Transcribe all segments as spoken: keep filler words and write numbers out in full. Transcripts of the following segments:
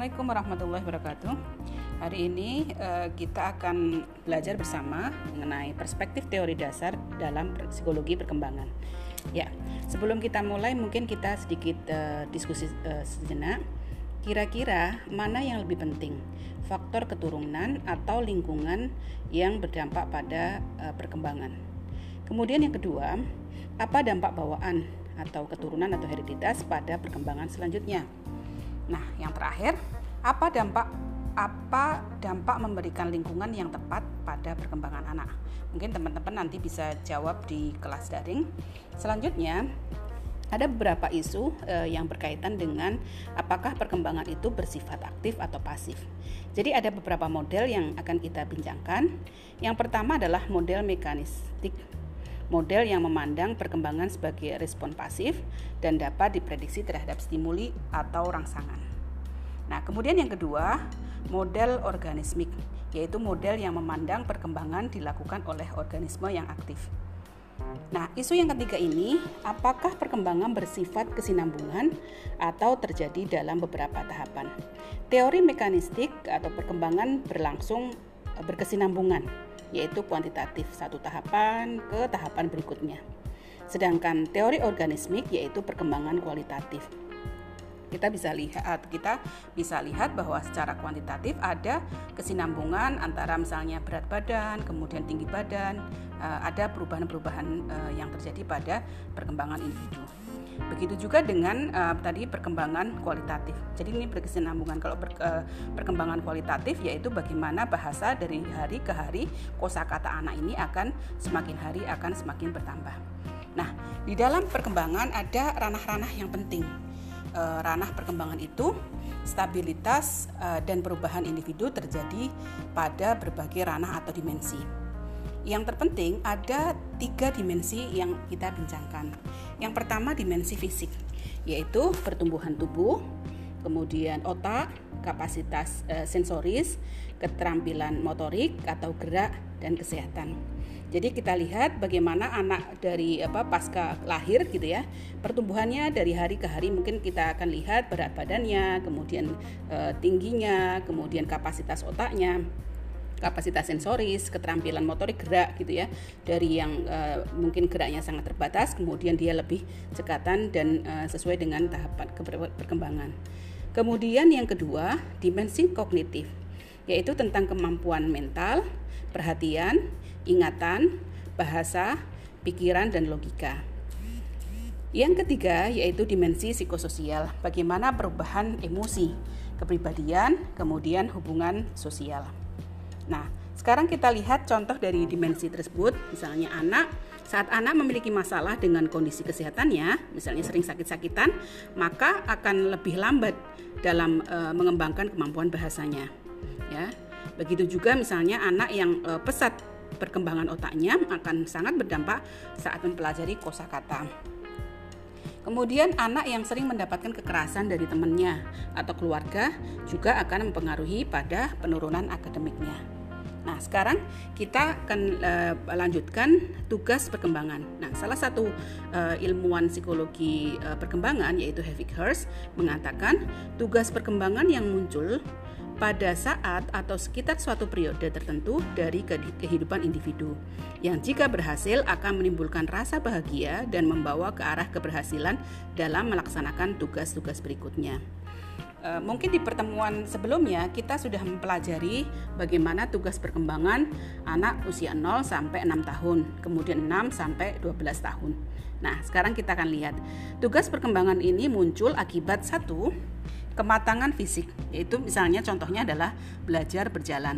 Assalamualaikum warahmatullahi wabarakatuh. Hari ini uh, kita akan belajar bersama mengenai perspektif teori dasar dalam psikologi perkembangan. Ya, sebelum kita mulai mungkin kita sedikit uh, diskusi uh, sejenak. Kira-kira mana yang lebih penting, faktor keturunan atau lingkungan yang berdampak pada uh, perkembangan? Kemudian yang kedua, apa dampak bawaan atau keturunan atau hereditas pada perkembangan selanjutnya? Nah, yang terakhir, apa dampak apa dampak memberikan lingkungan yang tepat pada perkembangan anak? Mungkin teman-teman nanti bisa jawab di kelas daring. Selanjutnya, ada beberapa isu eh, yang berkaitan dengan apakah perkembangan itu bersifat aktif atau pasif. Jadi ada beberapa model yang akan kita bincangkan. Yang pertama adalah model mekanistik, model yang memandang perkembangan sebagai respon pasif dan dapat diprediksi terhadap stimuli atau rangsangan. Nah, kemudian yang kedua, model organismik, yaitu model yang memandang perkembangan dilakukan oleh organisme yang aktif. Nah, isu yang ketiga ini, apakah perkembangan bersifat kesinambungan atau terjadi dalam beberapa tahapan? Teori mekanistik atau perkembangan berlangsung berkesinambungan, yaitu kuantitatif satu tahapan ke tahapan berikutnya. Sedangkan teori organismik yaitu perkembangan kualitatif. Kita bisa lihat kita bisa lihat bahwa secara kuantitatif ada kesinambungan antara misalnya berat badan, kemudian tinggi badan, ada perubahan-perubahan yang terjadi pada perkembangan individu. Begitu juga dengan uh, tadi perkembangan kualitatif. Jadi ini berkesinambungan. Kalau per, uh, perkembangan kualitatif yaitu bagaimana bahasa dari hari ke hari, kosakata anak ini akan semakin hari akan semakin bertambah. Nah, di dalam perkembangan ada ranah-ranah yang penting. Uh, ranah perkembangan itu stabilitas uh, dan perubahan individu terjadi pada berbagai ranah atau dimensi. Yang terpenting ada tiga dimensi yang kita bincangkan. Yang pertama dimensi fisik, yaitu pertumbuhan tubuh, kemudian otak, kapasitas e, sensoris, keterampilan motorik atau gerak, dan kesehatan. Jadi kita lihat bagaimana anak dari apa pasca lahir gitu ya, pertumbuhannya dari hari ke hari mungkin kita akan lihat berat badannya, kemudian e, tingginya, kemudian kapasitas otaknya, kapasitas sensoris, keterampilan motorik gerak gitu ya, dari yang uh, mungkin geraknya sangat terbatas, kemudian dia lebih cekatan dan uh, sesuai dengan tahapan perkembangan. Kemudian yang kedua, dimensi kognitif, yaitu tentang kemampuan mental, perhatian, ingatan, bahasa, pikiran, dan logika. Yang ketiga yaitu dimensi psikososial, bagaimana perubahan emosi, kepribadian, kemudian hubungan sosial. Nah, sekarang kita lihat contoh dari dimensi tersebut. Misalnya anak, saat anak memiliki masalah dengan kondisi kesehatannya, misalnya sering sakit-sakitan, maka akan lebih lambat dalam e, mengembangkan kemampuan bahasanya. Ya, begitu juga misalnya anak yang e, pesat perkembangan otaknya akan sangat berdampak saat mempelajari kosakata. Kemudian anak yang sering mendapatkan kekerasan dari temannya atau keluarga juga akan mempengaruhi pada penurunan akademiknya. Nah, sekarang kita akan uh, lanjutkan tugas perkembangan. Nah, salah satu uh, ilmuwan psikologi uh, perkembangan yaitu Hevik Hurst mengatakan tugas perkembangan yang muncul pada saat atau sekitar suatu periode tertentu dari kehidupan individu yang jika berhasil akan menimbulkan rasa bahagia dan membawa ke arah keberhasilan dalam melaksanakan tugas-tugas berikutnya. E, mungkin di pertemuan sebelumnya kita sudah mempelajari bagaimana tugas perkembangan anak usia nol sampai enam tahun, kemudian enam sampai dua belas tahun. Nah, sekarang kita akan lihat tugas perkembangan ini muncul akibat satu, kematangan fisik, yaitu misalnya contohnya adalah belajar berjalan.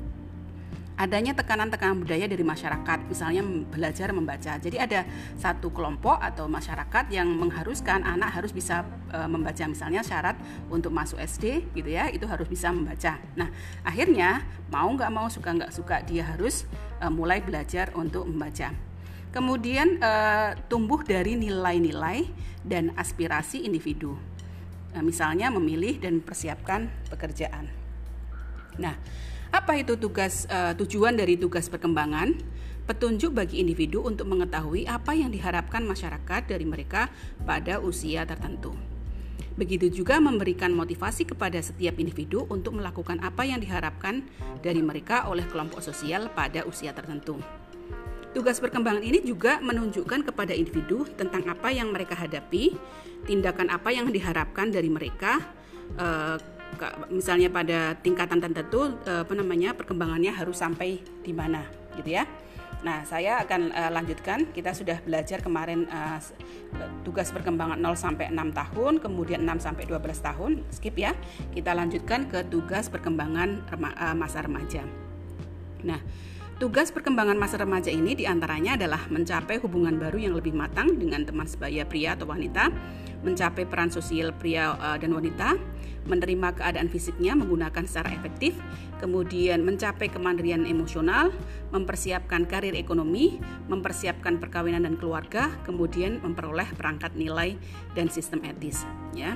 Adanya tekanan-tekanan budaya dari masyarakat, misalnya belajar membaca. Jadi ada satu kelompok atau masyarakat yang mengharuskan anak harus bisa e, membaca, misalnya syarat untuk masuk S D gitu ya, itu harus bisa membaca. Nah, akhirnya mau nggak mau, suka nggak suka, dia harus e, mulai belajar untuk membaca. Kemudian e, tumbuh dari nilai-nilai dan aspirasi individu. Misalnya memilih dan mempersiapkan pekerjaan. Nah, apa itu tugas uh, tujuan dari tugas perkembangan? Petunjuk bagi individu untuk mengetahui apa yang diharapkan masyarakat dari mereka pada usia tertentu. Begitu juga memberikan motivasi kepada setiap individu untuk melakukan apa yang diharapkan dari mereka oleh kelompok sosial pada usia tertentu. Tugas perkembangan ini juga menunjukkan kepada individu tentang apa yang mereka hadapi, tindakan apa yang diharapkan dari mereka, eh, misalnya pada tingkatan tertentu, eh, apa namanya perkembangannya harus sampai di mana, gitu ya. Nah, saya akan uh, lanjutkan. Kita sudah belajar kemarin uh, tugas perkembangan nol sampai enam tahun, kemudian enam sampai dua belas tahun. Skip ya. Kita lanjutkan ke tugas perkembangan rema, uh, masa remaja. Nah, tugas perkembangan masa remaja ini diantaranya adalah mencapai hubungan baru yang lebih matang dengan teman sebaya pria atau wanita, mencapai peran sosial pria uh, dan wanita, menerima keadaan fisiknya menggunakan secara efektif, kemudian mencapai kemandirian emosional, mempersiapkan karir ekonomi, mempersiapkan perkawinan dan keluarga, kemudian memperoleh perangkat nilai dan sistem etis. Ya,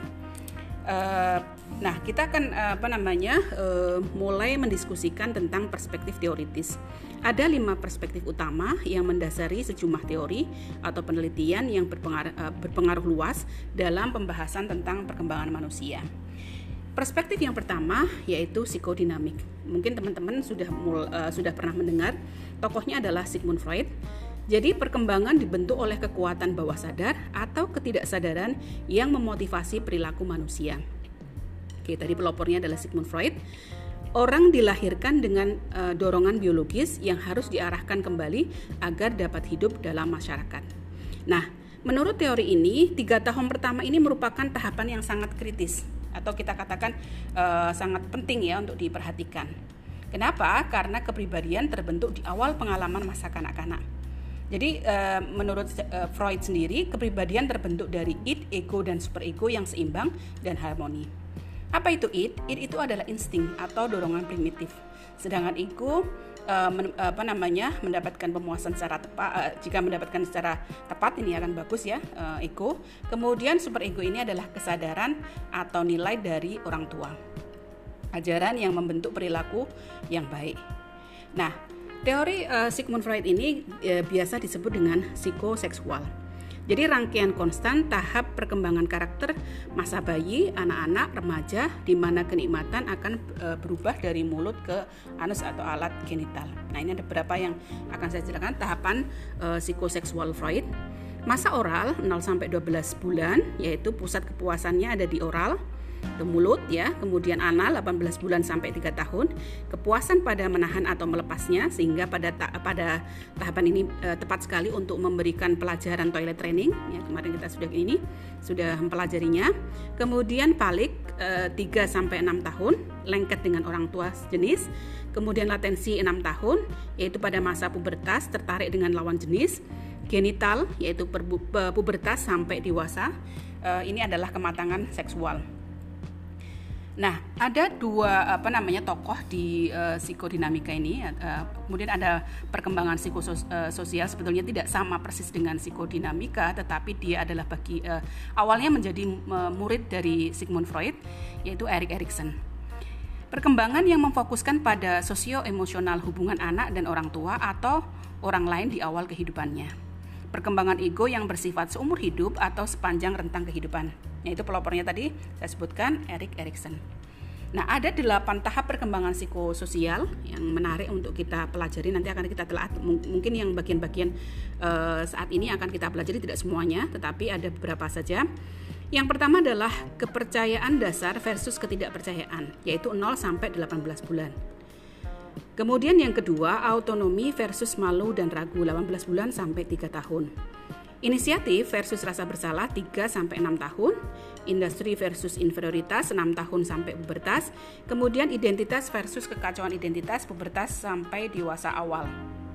uh, nah kita akan uh, apa namanya uh, mulai mendiskusikan tentang perspektif teoritis. Ada lima perspektif utama yang mendasari sejumlah teori atau penelitian yang berpengaruh, uh, berpengaruh luas dalam pembahasan tentang perkembangan manusia. Perspektif yang pertama yaitu psikodinamik. Mungkin teman-teman sudah mul, uh, sudah pernah mendengar, tokohnya adalah Sigmund Freud. Jadi perkembangan dibentuk oleh kekuatan bawah sadar atau ketidaksadaran yang memotivasi perilaku manusia. Oke, tadi pelopornya adalah Sigmund Freud. Orang dilahirkan dengan uh, dorongan biologis yang harus diarahkan kembali agar dapat hidup dalam masyarakat. Nah, menurut teori ini, tiga tahun pertama ini merupakan tahapan yang sangat kritis, atau kita katakan uh, sangat penting ya untuk diperhatikan. Kenapa? Karena kepribadian terbentuk di awal pengalaman masa kanak-kanak. Jadi uh, menurut uh, Freud sendiri, kepribadian terbentuk dari id, ego, dan superego yang seimbang dan harmoni. Apa itu id? Id itu adalah insting atau dorongan primitif. Sedangkan ego uh, men, apa namanya mendapatkan pemuasan secara tepat. Uh, jika mendapatkan secara tepat ini akan bagus ya uh, ego. Kemudian superego ini adalah kesadaran atau nilai dari orang tua. Ajaran yang membentuk perilaku yang baik. Nah, teori uh, Sigmund Freud ini uh, biasa disebut dengan psikoseksual. Jadi rangkaian konstan tahap perkembangan karakter masa bayi, anak-anak, remaja, di mana kenikmatan akan e, berubah dari mulut ke anus atau alat genital. Nah, ini ada beberapa yang akan saya jelaskan tahapan e, psikoseksual Freud. Masa oral nol sampai dua belas bulan, yaitu pusat kepuasannya ada di oral, ke mulut ya, kemudian anal delapan belas bulan sampai tiga tahun, kepuasan pada menahan atau melepasnya, sehingga pada ta- pada tahapan ini e, tepat sekali untuk memberikan pelajaran toilet training ya, kemarin kita sudah ini sudah mempelajarinya. Kemudian palik e, tiga sampai enam tahun, lengket dengan orang tua sejenis. Kemudian latensi enam tahun, yaitu pada masa pubertas tertarik dengan lawan jenis. Genital, yaitu perbu- pubertas sampai dewasa, e, ini adalah kematangan seksual. Nah, ada dua apa namanya tokoh di uh, psikodinamika ini. Uh, kemudian ada perkembangan psikososial, sebetulnya tidak sama persis dengan psikodinamika, tetapi dia adalah bagi uh, awalnya menjadi uh, murid dari Sigmund Freud, yaitu Erik Erikson. Perkembangan yang memfokuskan pada sosio-emosional hubungan anak dan orang tua atau orang lain di awal kehidupannya. Perkembangan ego yang bersifat seumur hidup atau sepanjang rentang kehidupan. Nah, itu pelopornya tadi saya sebutkan Erik Erikson. Nah, ada delapan tahap perkembangan psikososial yang menarik untuk kita pelajari. Nanti akan kita telah mungkin yang bagian-bagian uh, saat ini akan kita pelajari, tidak semuanya, tetapi ada beberapa saja. Yang pertama adalah kepercayaan dasar versus ketidakpercayaan, yaitu nol sampai delapan belas bulan. Kemudian yang kedua, autonomi versus malu dan ragu, delapan belas bulan sampai tiga tahun. Inisiatif versus rasa bersalah, tiga sampai enam tahun. Industri versus inferioritas, enam tahun sampai pubertas. Kemudian identitas versus kekacauan identitas, pubertas sampai dewasa awal.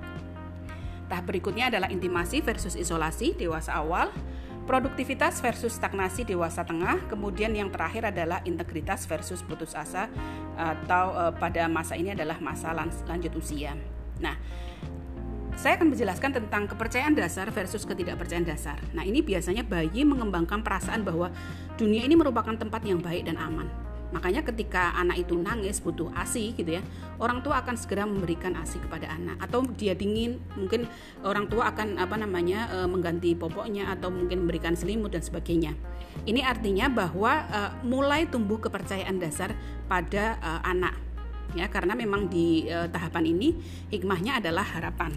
Tahap berikutnya adalah intimasi versus isolasi, dewasa awal. Produktivitas versus stagnasi, dewasa tengah. Kemudian yang terakhir adalah integritas versus putus asa, atau uh, pada masa ini adalah masa lanjut usia. Nah, saya akan menjelaskan tentang kepercayaan dasar versus ketidakpercayaan dasar. Nah, ini biasanya bayi mengembangkan perasaan bahwa dunia ini merupakan tempat yang baik dan aman. Makanya ketika anak itu nangis butuh A S I gitu ya, orang tua akan segera memberikan A S I kepada anak. Atau dia dingin, mungkin orang tua akan apa namanya e, mengganti popoknya atau mungkin memberikan selimut dan sebagainya. Ini artinya bahwa e, mulai tumbuh kepercayaan dasar pada e, anak ya, karena memang di e, tahapan ini hikmahnya adalah harapan.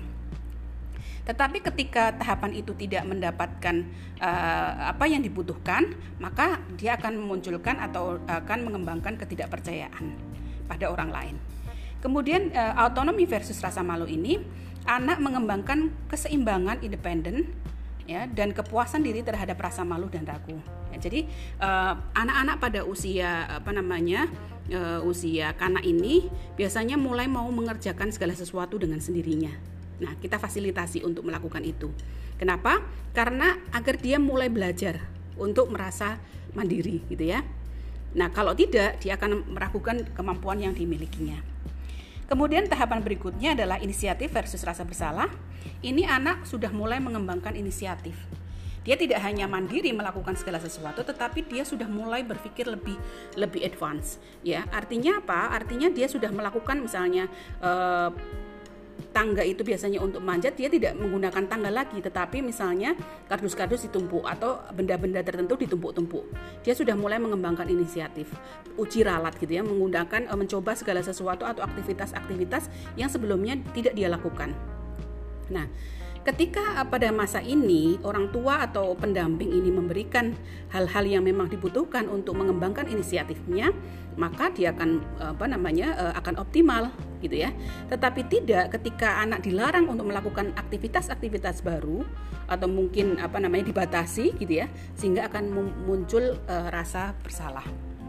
Tetapi ketika tahapan itu tidak mendapatkan uh, apa yang dibutuhkan, maka dia akan memunculkan atau akan mengembangkan ketidakpercayaan pada orang lain. Kemudian uh, autonomi versus rasa malu ini, anak mengembangkan keseimbangan independen ya, dan kepuasan diri terhadap rasa malu dan ragu. Ya, jadi uh, anak-anak pada usia apa namanya uh, usia kanak ini biasanya mulai mau mengerjakan segala sesuatu dengan sendirinya. Nah, kita fasilitasi untuk melakukan itu. Kenapa? Karena agar dia mulai belajar untuk merasa mandiri gitu ya. Nah, kalau tidak, dia akan meragukan kemampuan yang dimilikinya. Kemudian tahapan berikutnya adalah inisiatif versus rasa bersalah. Ini anak sudah mulai mengembangkan inisiatif. Dia tidak hanya mandiri melakukan segala sesuatu, tetapi dia sudah mulai berpikir lebih lebih advance. Ya, artinya apa? Artinya dia sudah melakukan misalnya eh, tangga itu biasanya untuk manjat, dia tidak menggunakan tangga lagi, tetapi misalnya kardus-kardus ditumpuk atau benda-benda tertentu ditumpuk-tumpuk. Dia sudah mulai mengembangkan inisiatif, uji ralat gitu ya, menggunakan mencoba segala sesuatu atau aktivitas-aktivitas yang sebelumnya tidak dia lakukan. Nah, ketika pada masa ini orang tua atau pendamping ini memberikan hal-hal yang memang dibutuhkan untuk mengembangkan inisiatifnya, maka dia akan apa namanya akan optimal gitu ya. Tetapi tidak ketika anak dilarang untuk melakukan aktivitas-aktivitas baru atau mungkin apa namanya dibatasi gitu ya, sehingga akan muncul uh, rasa bersalah.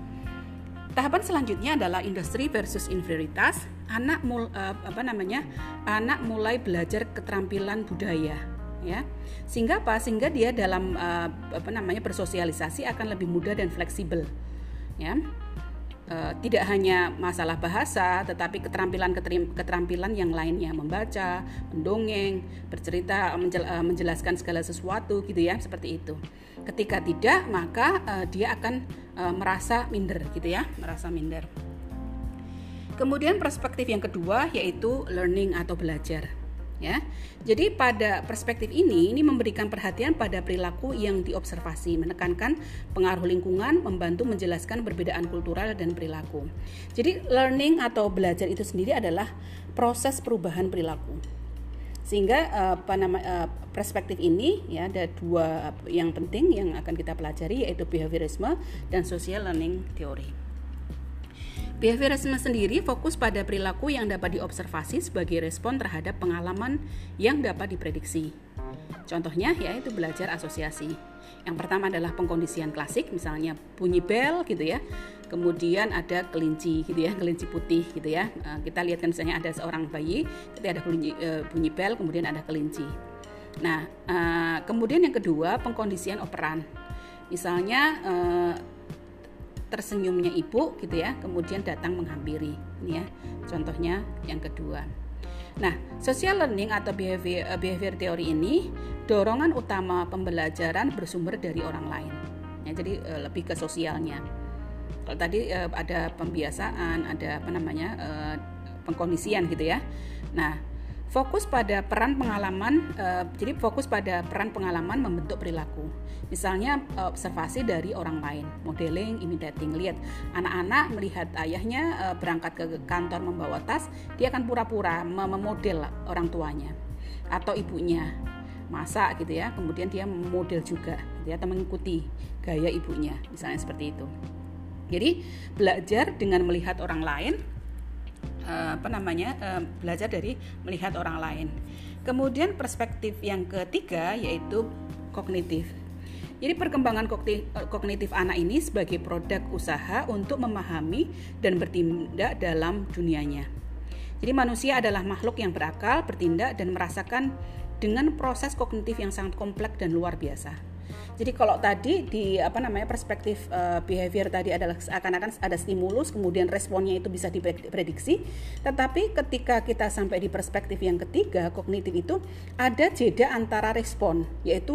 Tahapan selanjutnya adalah industri versus inferioritas. Anak mul, uh, apa namanya? Anak mulai belajar keterampilan budaya, ya. Sehingga apa? Sehingga dia dalam uh, apa namanya bersosialisasi akan lebih mudah dan fleksibel, ya. Uh, tidak hanya masalah bahasa, tetapi keterampilan keterampilan yang lainnya, membaca, mendongeng, bercerita, menjel, uh, menjelaskan segala sesuatu, gitu ya, seperti itu. Ketika tidak, maka uh, dia akan uh, merasa minder, gitu ya, merasa minder. Kemudian perspektif yang kedua yaitu learning atau belajar. Ya, jadi pada perspektif ini, ini memberikan perhatian pada perilaku yang diobservasi, menekankan pengaruh lingkungan, membantu menjelaskan perbedaan kultural dan perilaku. Jadi learning atau belajar itu sendiri adalah proses perubahan perilaku. Sehingga apa nama perspektif ini ya ada dua yang penting yang akan kita pelajari, yaitu behaviorisme dan social learning theory. Behaviorisme sendiri fokus pada perilaku yang dapat diobservasi sebagai respon terhadap pengalaman yang dapat diprediksi. Contohnya yaitu belajar asosiasi. Yang pertama adalah pengkondisian klasik, misalnya bunyi bel gitu ya. Kemudian ada kelinci gitu ya, kelinci putih gitu ya. Kita lihat kan misalnya ada seorang bayi, ketika ada bunyi, bunyi bel, kemudian ada kelinci. Nah, kemudian yang kedua pengkondisian operan. Misalnya tersenyumnya ibu gitu ya, kemudian datang menghampiri. Ini ya, contohnya yang kedua. Nah, social learning atau behavior, behavior theory ini dorongan utama pembelajaran bersumber dari orang lain. Ya, jadi e, lebih ke sosialnya. Kalau tadi e, ada pembiasaan, ada apa namanya e, pengkondisian gitu ya. Nah, fokus pada peran pengalaman, e, jadi fokus pada peran pengalaman membentuk perilaku. Misalnya observasi dari orang lain, modeling, imitating. Lihat anak-anak melihat ayahnya e, berangkat ke kantor membawa tas, dia akan pura-pura memodel orang tuanya atau ibunya masak gitu ya, kemudian dia model juga, dia gitu ya, mengikuti gaya ibunya, misalnya seperti itu. Jadi belajar dengan melihat orang lain, e, apa namanya e, belajar dari melihat orang lain. Kemudian perspektif yang ketiga yaitu kognitif. Jadi perkembangan kognitif anak ini sebagai produk usaha untuk memahami dan bertindak dalam dunianya. Jadi manusia adalah makhluk yang berakal, bertindak dan merasakan dengan proses kognitif yang sangat kompleks dan luar biasa. Jadi kalau tadi di apa namanya perspektif uh, behavior tadi adalah seakan-akan ada stimulus, kemudian responnya itu bisa diprediksi, tetapi ketika kita sampai di perspektif yang ketiga, kognitif itu ada jeda antara respon, yaitu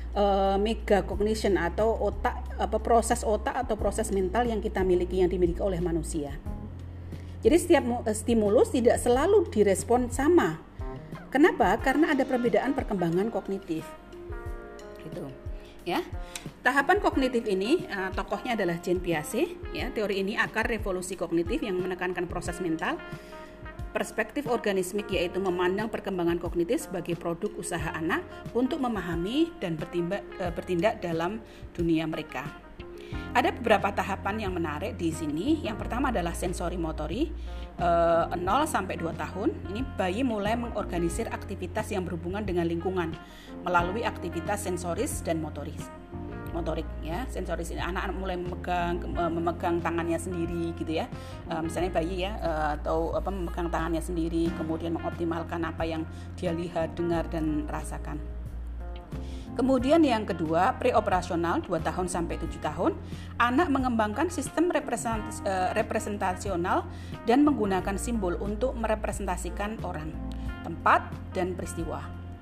uh, mega cognition atau otak apa proses otak atau proses mental yang kita miliki yang dimiliki oleh manusia. Jadi setiap stimulus tidak selalu direspon sama. Kenapa? Karena ada perbedaan perkembangan kognitif. Gitu. Ya. Tahapan kognitif ini uh, tokohnya adalah Jean Piaget, ya. Teori ini akar revolusi kognitif yang menekankan proses mental, perspektif organismik, yaitu memandang perkembangan kognitif sebagai produk usaha anak untuk memahami dan bertindak, uh, bertindak dalam dunia mereka. Ada beberapa tahapan yang menarik di sini. Yang pertama adalah sensori motori, uh, nol sampai dua tahun. Ini bayi mulai mengorganisir aktivitas yang berhubungan dengan lingkungan melalui aktivitas sensoris dan motoris. Motorik ya, sensoris ini anak-anak mulai memegang memegang tangannya sendiri gitu ya. Uh, misalnya bayi ya uh, atau apa memegang tangannya sendiri, kemudian mengoptimalkan apa yang dia lihat, dengar dan rasakan. Kemudian yang kedua, preoperasional dua tahun sampai tujuh tahun, anak mengembangkan sistem represent, uh, representasional dan menggunakan simbol untuk merepresentasikan orang, tempat, dan peristiwa.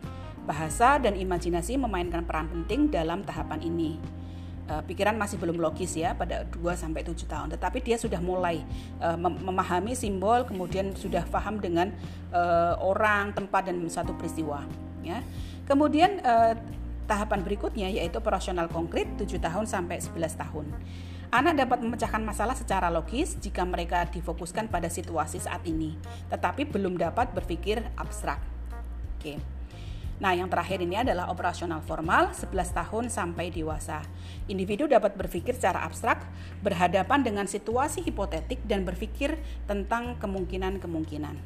Bahasa dan imajinasi memainkan peran penting dalam tahapan ini. Uh, pikiran masih belum logis ya pada dua sampai tujuh tahun, tetapi dia sudah mulai uh, mem- memahami simbol, kemudian sudah paham dengan uh, orang, tempat, dan suatu peristiwa. Ya. Kemudian uh, tahapan berikutnya yaitu operasional konkret tujuh tahun sampai sebelas tahun. Anak dapat memecahkan masalah secara logis jika mereka difokuskan pada situasi saat ini, tetapi belum dapat berpikir abstrak. Oke. Nah, yang terakhir ini adalah operasional formal sebelas tahun sampai dewasa. Individu dapat berpikir secara abstrak, berhadapan dengan situasi hipotetik dan berpikir tentang kemungkinan-kemungkinan.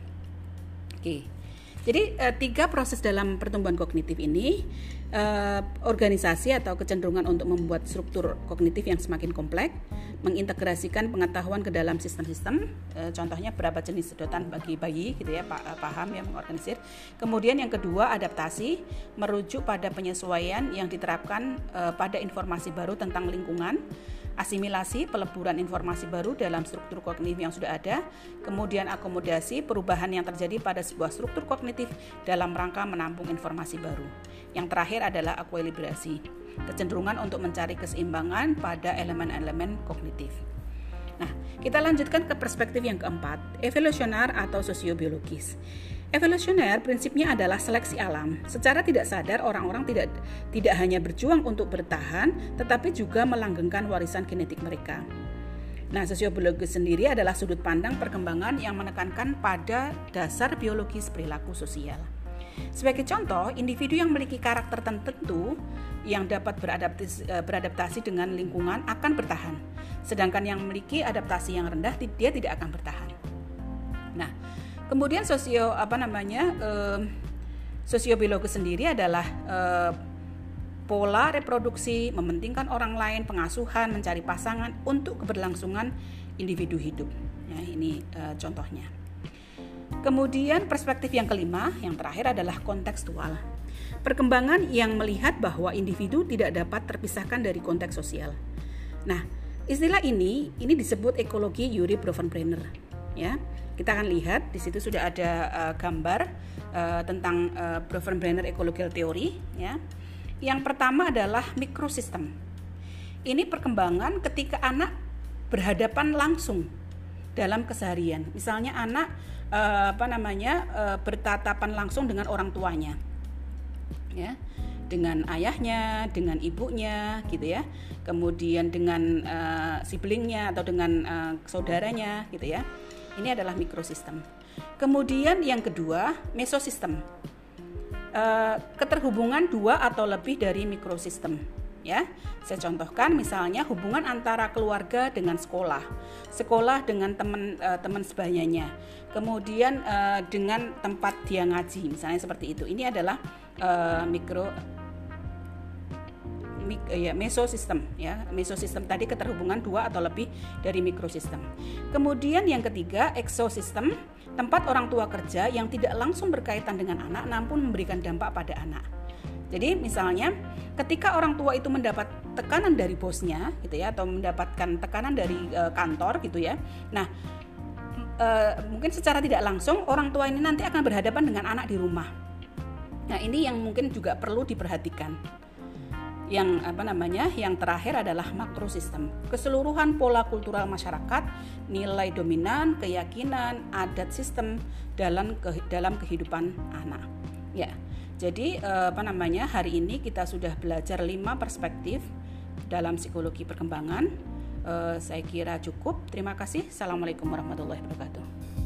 Oke. Jadi eh, tiga proses dalam pertumbuhan kognitif ini, eh, organisasi atau kecenderungan untuk membuat struktur kognitif yang semakin kompleks, mengintegrasikan pengetahuan ke dalam sistem-sistem, eh, contohnya berapa jenis sedotan bagi bayi, gitu ya, paham ya, mengorganisir. Kemudian yang kedua adaptasi, merujuk pada penyesuaian yang diterapkan eh, pada informasi baru tentang lingkungan. Asimilasi, peleburan informasi baru dalam struktur kognitif yang sudah ada, kemudian akomodasi, perubahan yang terjadi pada sebuah struktur kognitif dalam rangka menampung informasi baru. Yang terakhir adalah akuilibrasi, kecenderungan untuk mencari keseimbangan pada elemen-elemen kognitif. Nah, kita lanjutkan ke perspektif yang keempat, evolusioner atau sosiobiologis. Evolusioner prinsipnya adalah seleksi alam. Secara tidak sadar orang-orang tidak tidak hanya berjuang untuk bertahan, tetapi juga melanggengkan warisan genetik mereka. Nah, sosiobiologi sendiri adalah sudut pandang perkembangan yang menekankan pada dasar biologis perilaku sosial. Sebagai contoh, individu yang memiliki karakter tertentu yang dapat beradaptasi, beradaptasi dengan lingkungan akan bertahan, sedangkan yang memiliki adaptasi yang rendah dia tidak akan bertahan. Nah, kemudian sosio apa namanya eh, sosiobiologi sendiri adalah eh, pola reproduksi, mementingkan orang lain, pengasuhan, mencari pasangan untuk keberlangsungan individu hidup. Ya, ini eh, contohnya. Kemudian perspektif yang kelima, yang terakhir adalah kontekstual. Perkembangan yang melihat bahwa individu tidak dapat terpisahkan dari konteks sosial. Nah, istilah ini ini disebut ekologi Yuri Bronfenbrenner. Ya, kita akan lihat di situ sudah ada uh, gambar uh, tentang uh, Bronfenbrenner ecological theory. Ya, yang pertama adalah mikrosistem. Ini perkembangan ketika anak berhadapan langsung dalam keseharian. Misalnya anak uh, apa namanya uh, bertatapan langsung dengan orang tuanya, ya, dengan ayahnya, dengan ibunya, gitu ya. Kemudian dengan uh, siblingnya atau dengan uh, saudaranya, gitu ya. Ini adalah mikrosistem. Kemudian yang kedua, mesosistem. Uh, keterhubungan dua atau lebih dari mikrosistem. Ya, saya contohkan misalnya hubungan antara keluarga dengan sekolah, sekolah dengan teman uh, teman sebayanya, kemudian uh, dengan tempat dia ngaji, misalnya seperti itu. Ini adalah uh, mikro mik, ya, mesosistem. Ya, mesosistem tadi keterhubungan dua atau lebih dari mikrosistem. Kemudian yang ketiga, eksosistem, tempat orang tua kerja yang tidak langsung berkaitan dengan anak, namun memberikan dampak pada anak. Jadi misalnya ketika orang tua itu mendapat tekanan dari bosnya gitu ya, atau mendapatkan tekanan dari e, kantor gitu ya. Nah, e, mungkin secara tidak langsung orang tua ini nanti akan berhadapan dengan anak di rumah. Nah, ini yang mungkin juga perlu diperhatikan. yang apa namanya yang terakhir adalah makrosistem, keseluruhan pola kultural masyarakat, nilai dominan, keyakinan, adat sistem dalam ke, dalam kehidupan anak. Ya, jadi apa namanya hari ini kita sudah belajar lima perspektif dalam psikologi perkembangan. Saya kira cukup. Terima kasih. Assalamualaikum warahmatullahi wabarakatuh.